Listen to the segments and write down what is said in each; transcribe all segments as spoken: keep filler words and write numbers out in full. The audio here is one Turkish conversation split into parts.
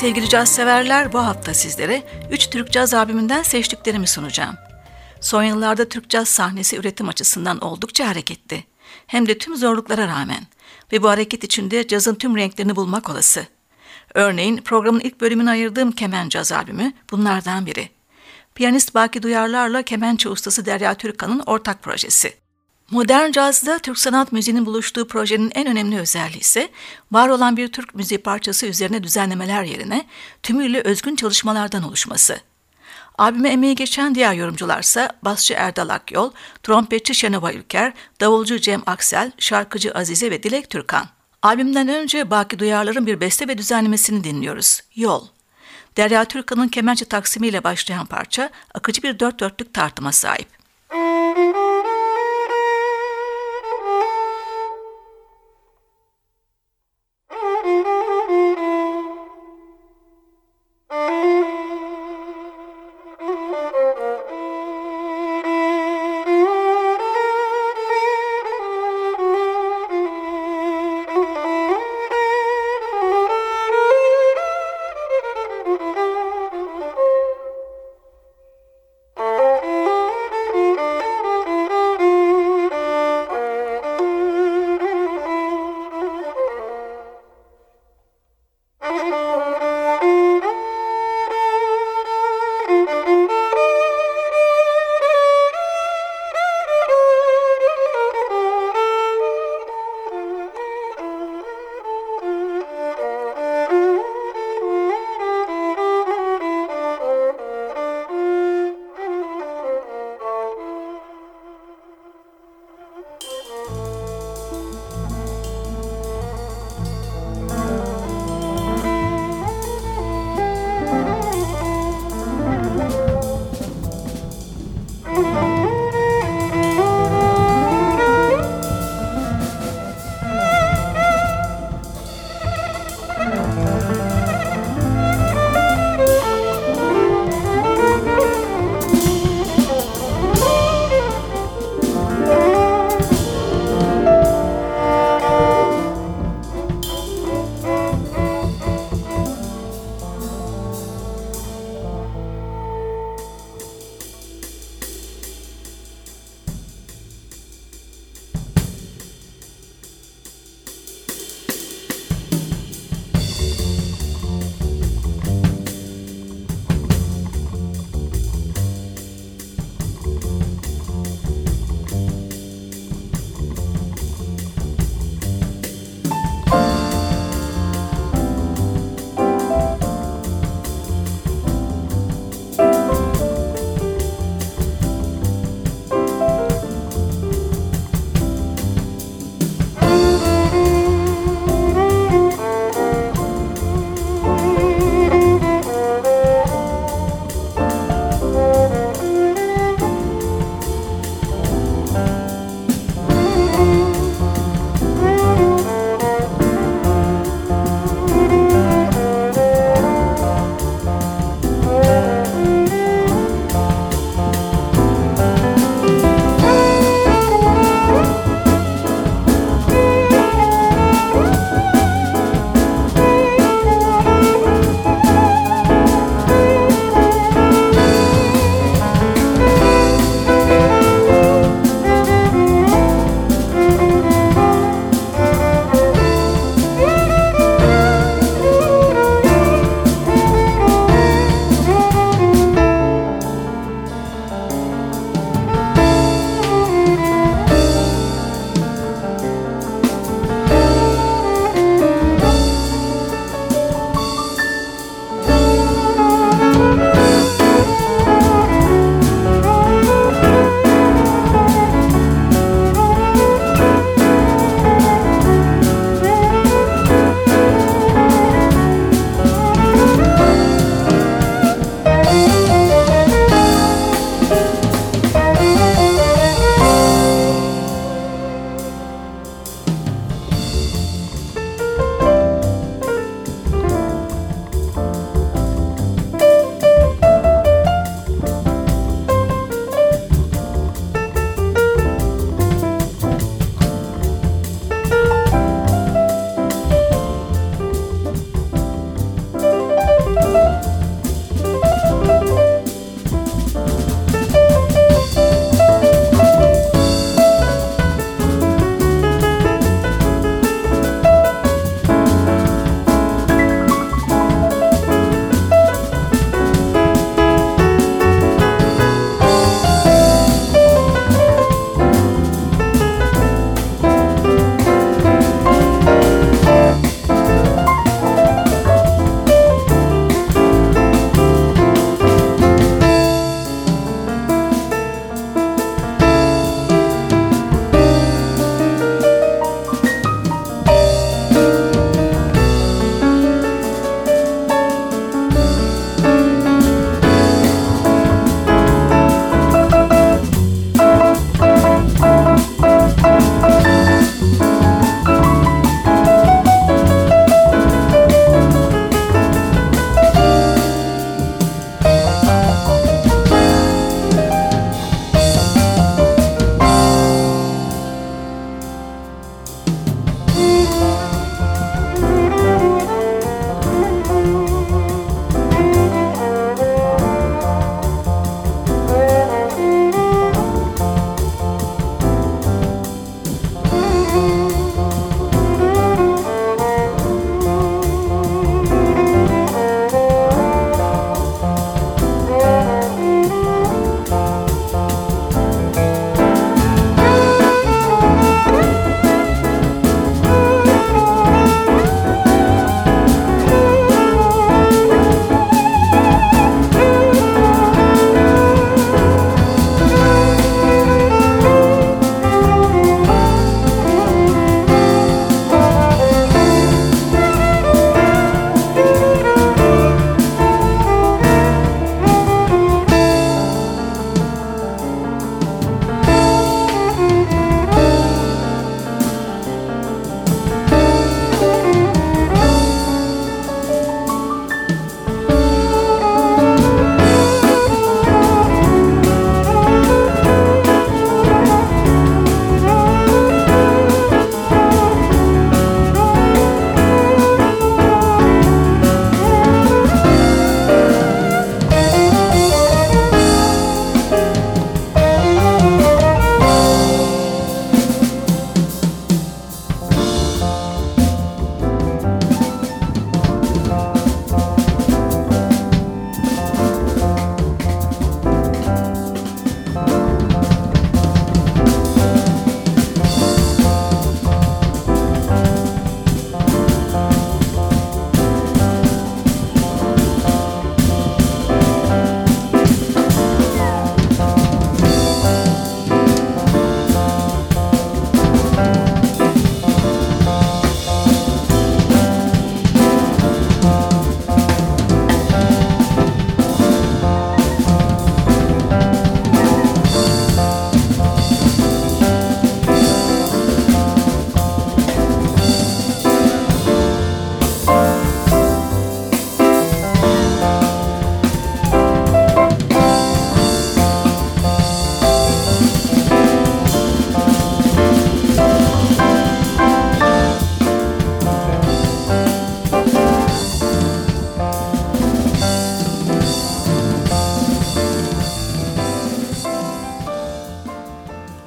Sevgili caz severler, bu hafta sizlere üç Türk caz albümünden seçtiklerimi sunacağım. Son yıllarda Türk caz sahnesi üretim açısından oldukça hareketli. Hem de tüm zorluklara rağmen. Ve bu hareket içinde cazın tüm renklerini bulmak olası. Örneğin programın ilk bölümünü ayırdığım Kemen Caz albümü bunlardan biri. Piyanist Baki Duyarlar'la kemençe ustası Derya Türkan'ın ortak projesi. Modern cazda Türk sanat müziğinin buluştuğu projenin en önemli özelliği ise var olan bir Türk müziği parçası üzerine düzenlemeler yerine tümüyle özgün çalışmalardan oluşması. Albüme emeği geçen diğer yorumcularsa basçı Erdal Akyol, trompetçi Şenova Ülker, davulcu Cem Aksel, şarkıcı Azize ve Dilek Türkan. Albümden önce Baki Duyarlar'ın bir beste ve düzenlemesini dinliyoruz. Yol. Derya Türkan'ın kemençe taksimiyle başlayan parça akıcı bir dört dörtlük tartıma sahip. Thank you.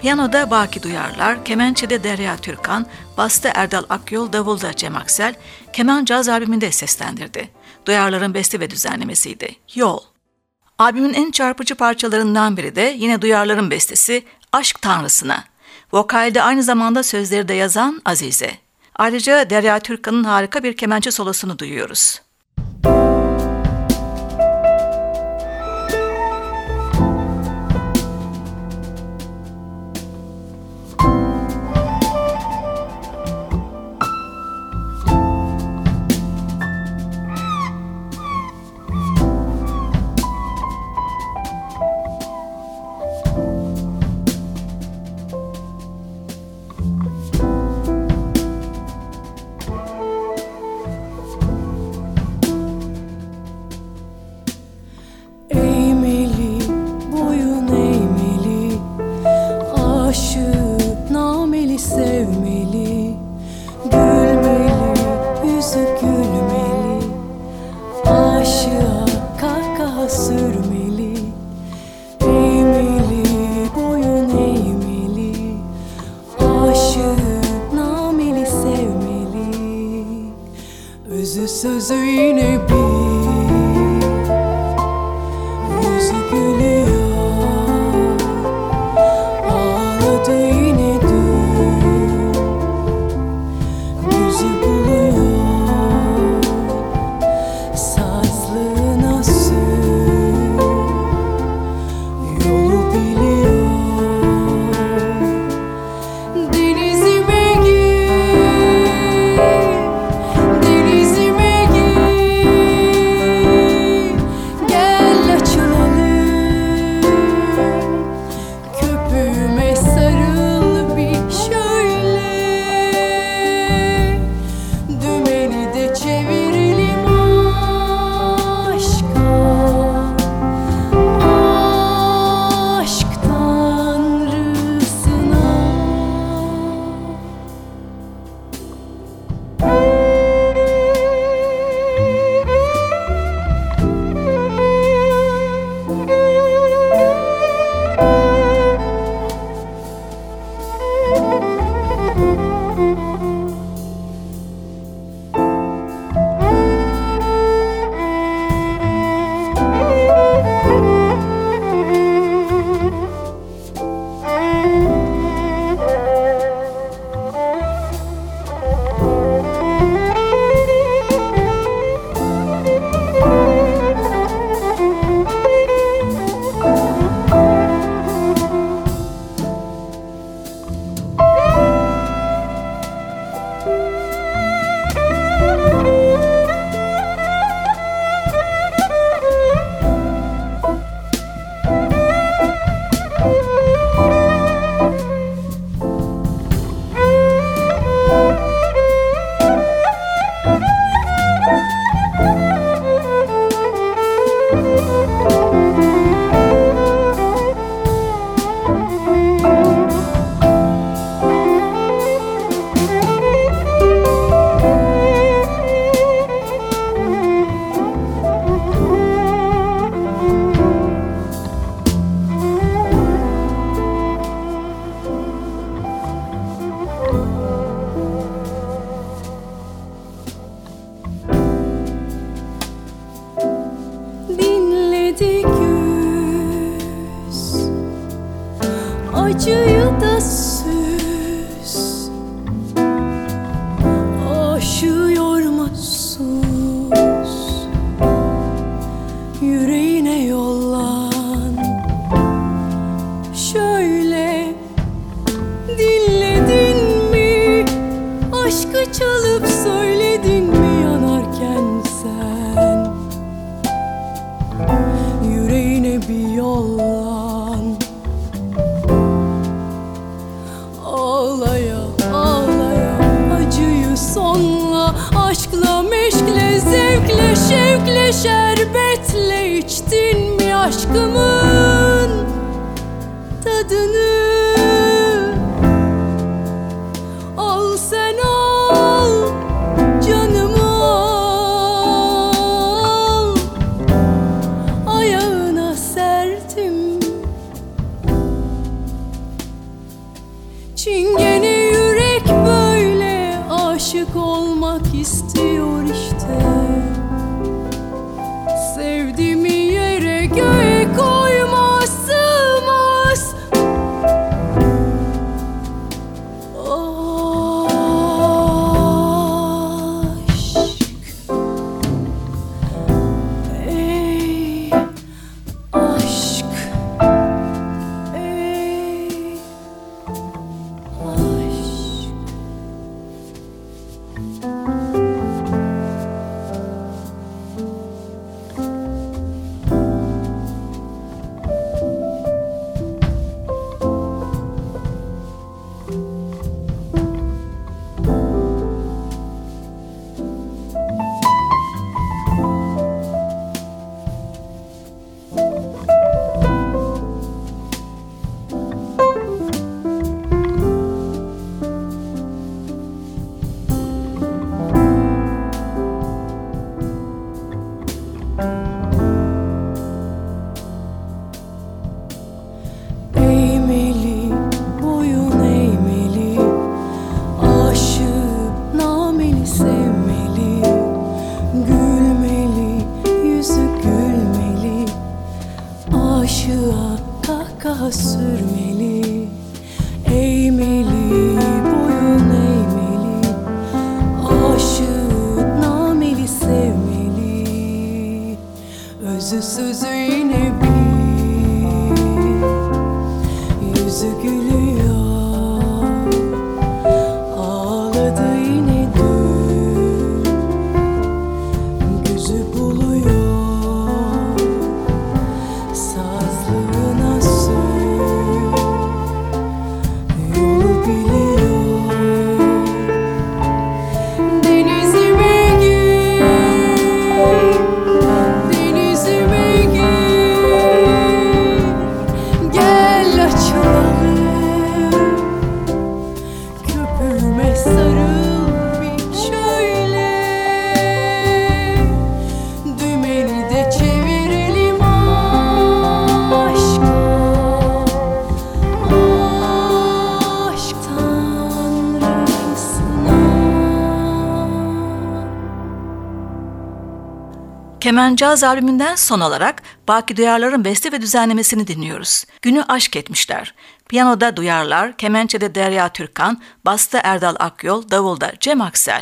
Piyanoda Baki Duyarlar, kemençede Derya Türkan, basta Erdal Akyol, davulda Cem Aksel, Keman Caz albümünde seslendirdi. Duyarlar'ın beste ve düzenlemesiydi. Yol. Albümün en çarpıcı parçalarından biri de yine Duyarlar'ın bestesi Aşk Tanrısına. Vokalde aynı zamanda sözleri de yazan Azize. Ayrıca Derya Türkan'ın harika bir kemençe solosunu duyuyoruz. Sözü yine bir yüzü gülüyor, ağladı yine dün, yüzü buluyor, sazlığına sür, yolu biliyor. Denizime gir, denizime gel açılalım, köpüğüme sarıl bir şöyle, dümeni de çevirelim aşka, aşk tanrısına. Dinledi güz, acıyı da süz, aşığı yorma sus, yüreğine yollan şöyle. Dinledin mi, aşkı çalıp söyledin mi yanarken sen, yüreğine bir yollan. Ağlaya ağlaya acıyı sonla, aşkla meşkle zevkle şevkle şerbetle içtin mi aşkımın tadını? Al sen al, canımı al, ayağına serdim. Çingene yürek böyle aşık olmak istiyor işte. Sevdiğimi yere göğe koymaz, sığmaz. Aşk, ey aşk, ey aşk. Eğmeli, boyun eğmeli, aşığı nameli sevmeli, gülmeli, yüzü gülmeli, aşığa kahkaha sürmeli. Eğmeli, boyun eğmeli, aşığı nameli sevmeli, özü sözü yine bir, yüzü gülüyor, ağladı yine dün, gözü buluyor, sazlığına sür, yolu biliyor. Denizime gir, denizime gir, gel açılalım, köpüğüme sarıl bir şöyle, dümeni de çevirelim aşka, aşk tanrısına. Kemencağız albümünden son olarak Baki Duyarlar'ın beste ve düzenlemesini dinliyoruz. Günü aşk etmişler. Piyanoda Duyarlar, kemençede Derya Türkan, basta Erdal Akyol, davulda Cem Aksel.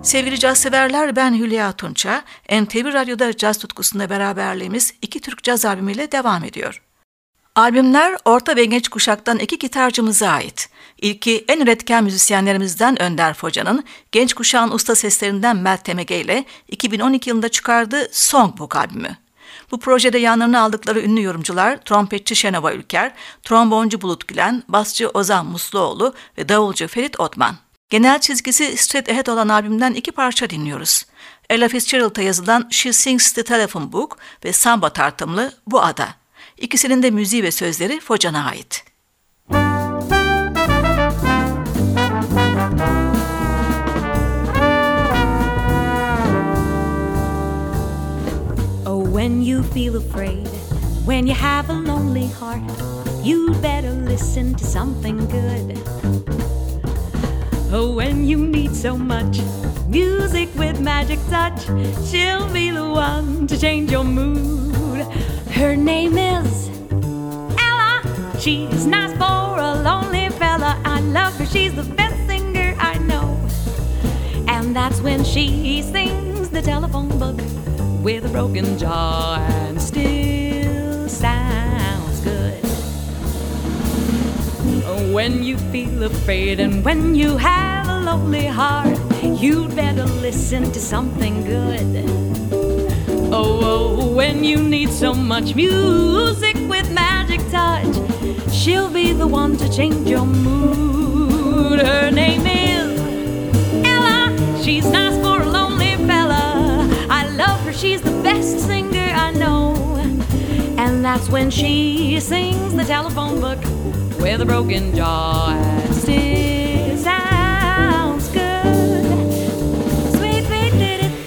Sevgili caz severler, ben Hülya Tunça. N T V Radyo'da caz tutkusunda beraberliğimiz iki Türk caz albümüyle devam ediyor. Albümler orta ve genç kuşaktan iki gitarcımıza ait. İlki en üretken müzisyenlerimizden Önder Foça'nın, genç kuşağın usta seslerinden Meltem Ege ile iki bin on iki yılında çıkardığı Songbook albümü. Bu projede yanlarına aldıkları ünlü yorumcular trompetçi Şenova Ülker, tromboncu Bulut Gülen, basçı Ozan Musluoğlu ve davulcu Ferit Otman. Genel çizgisi straight ahead olan albümden iki parça dinliyoruz. Ella Fitzgerald'a yazılan She Sings the Telephone Book ve samba tartımlı Bu Ada. İkisinin de müziği ve sözleri Foça'na ait. Oh, when you feel afraid, when you have a lonely heart, you'd better listen to something good. Oh, when you need so much music with magic touch, she'll be the one to change your mood. Her name is Ella. She's nice for a lonely fella. I love her, she's the best singer I know. And that's when she sings the telephone book with a broken jaw and still sounds good. When you feel afraid and when you have a lonely heart, you'd better listen to something good. Oh, oh, when you need so much music with magic touch, she'll be the one to change your mood. Her name is Ella. She's nice for a lonely fella. I love her, she's the best singer I know. And that's when she sings the telephone book with a broken jaw and still sounds good. Sweet, sweet, did it.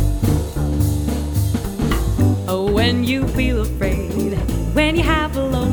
When you feel afraid, when you have a lonely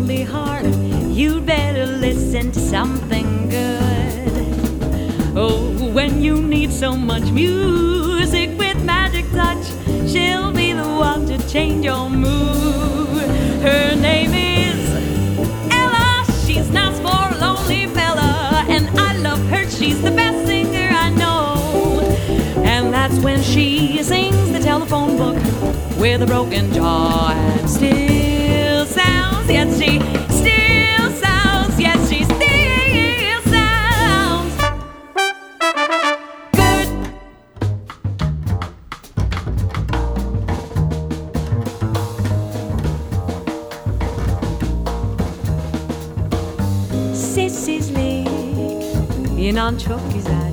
listen to something good. Oh, when you need so much music with magic touch, she'll be the one to change your mood. Her name is Ella, she's nice for a lonely fella, and I love her, she's the best singer I know. And that's when she sings the telephone book with a broken jaw and still sounds, yes she still sounds, yes she still sounds good. Sessizlik inan çok güzel,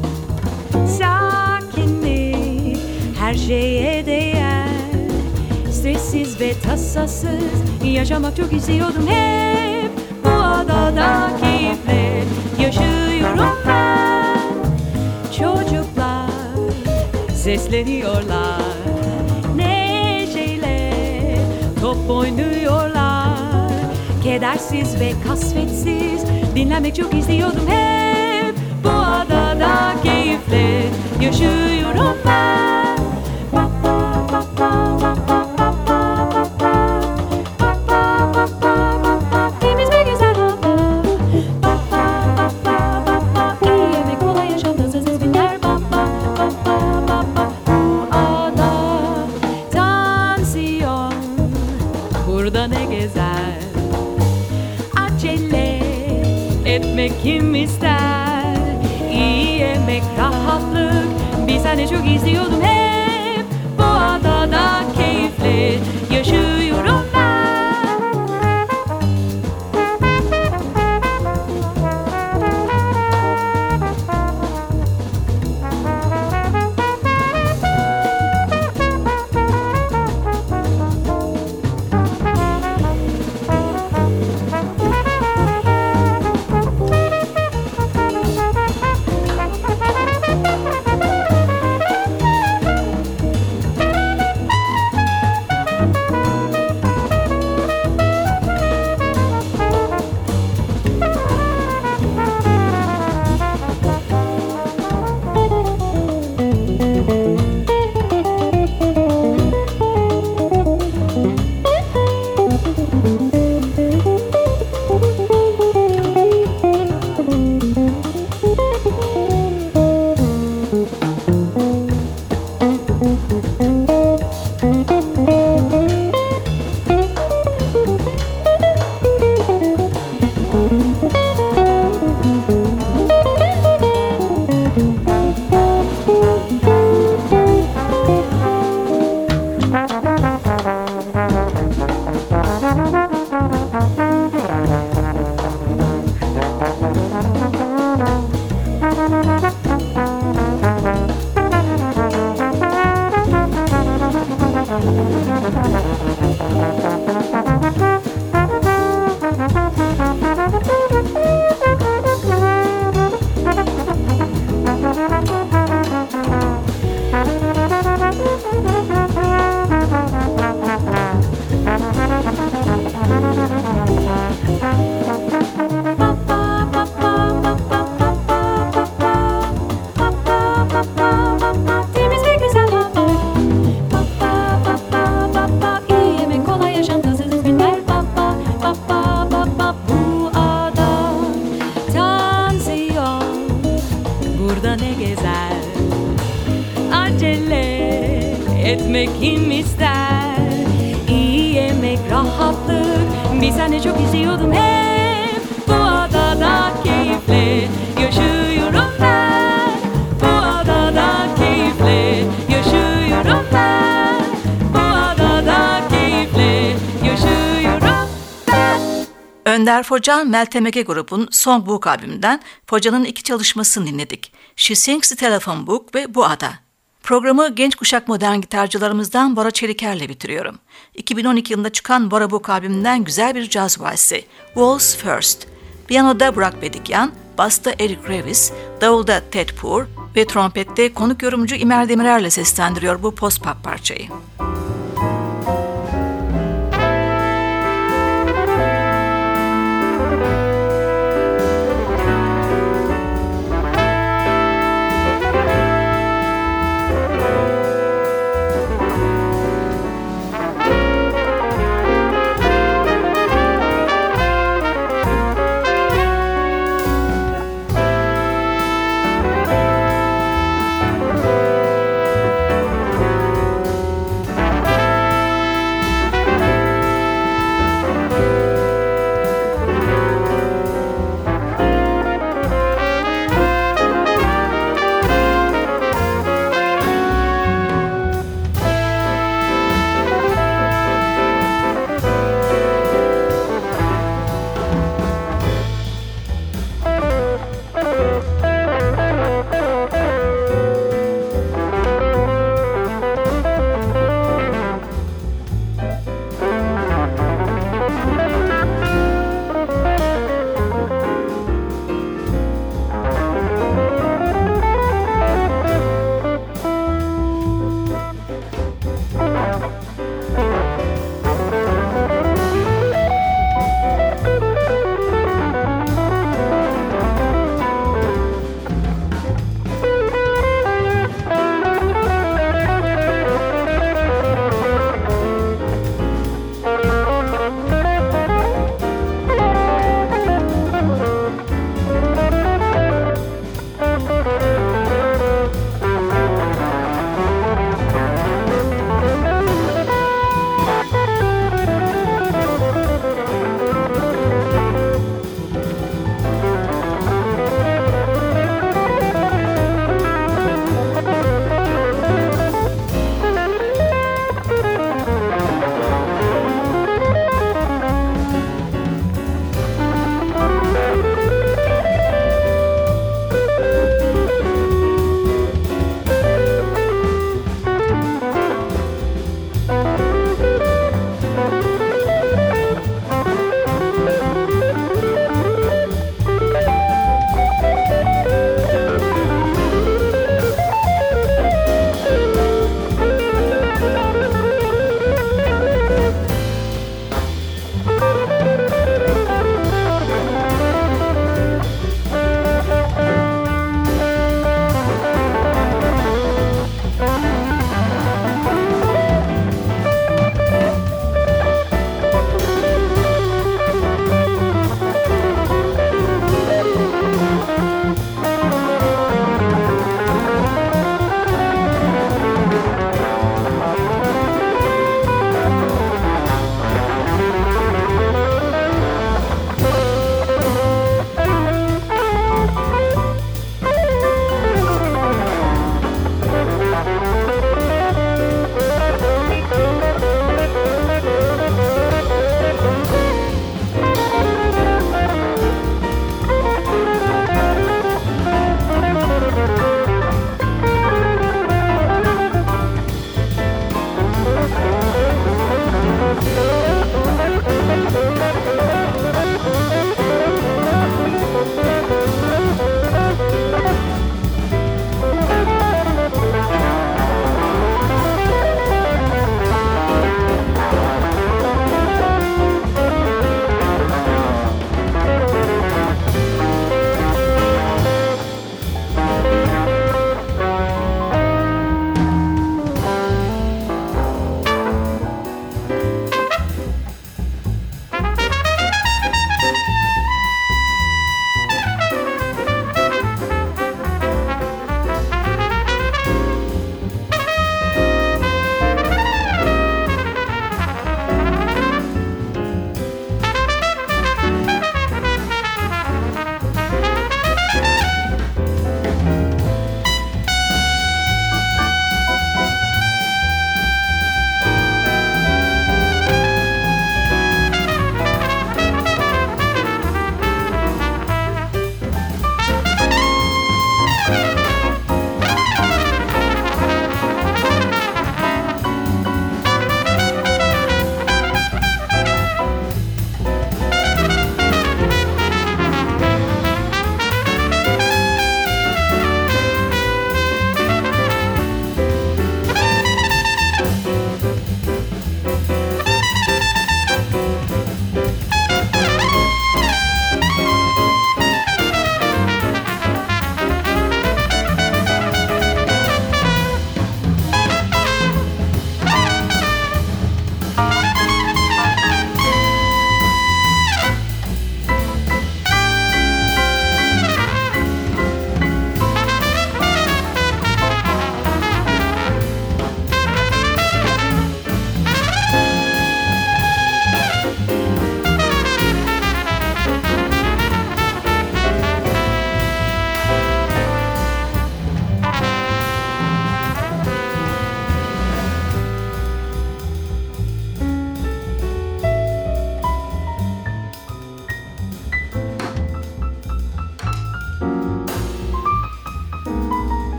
sakinlik her şeye değer. Sessiz ve tasasız yaşamak çok istiyordum hep. Bu adada keyifle yaşıyorum ben. Çocuklar sesleniyorlar, neşeyle top oynuyorlar. Kedersiz ve kasvetsiz dinlenmek çok istiyordum hep. Bu adada keyifle yaşıyorum ben. Etmek kim ister? İyi yemek, rahatlık. Bir sene çok istiyordum hep. Bu adada keyifle yaşıyorum ben. Etmek kim ister? İyi yemek, rahatlık. Bir sene çok istiyordum hep. Bu adada keyifle yaşıyorum ben. Bu adada keyifle yaşıyorum ben. Bu adada keyifle yaşıyorum ben. Önder Foca, Meltem Ege grubun Songbook albümünden Foca'nın iki çalışmasını dinledik. She Sings the Telephone Book ve Bu Ada. Programı genç kuşak modern gitarcılarımızdan Bora Çeliker'le bitiriyorum. iki bin on iki yılında çıkan Bora Book albümünden güzel bir caz valsi, Waltz First. Piyanoda Burak Bedikyan, basta Eric Revis, davulda Ted Poor ve trompette konuk yorumcu İmer Demirer'le seslendiriyor bu post-pop parçayı.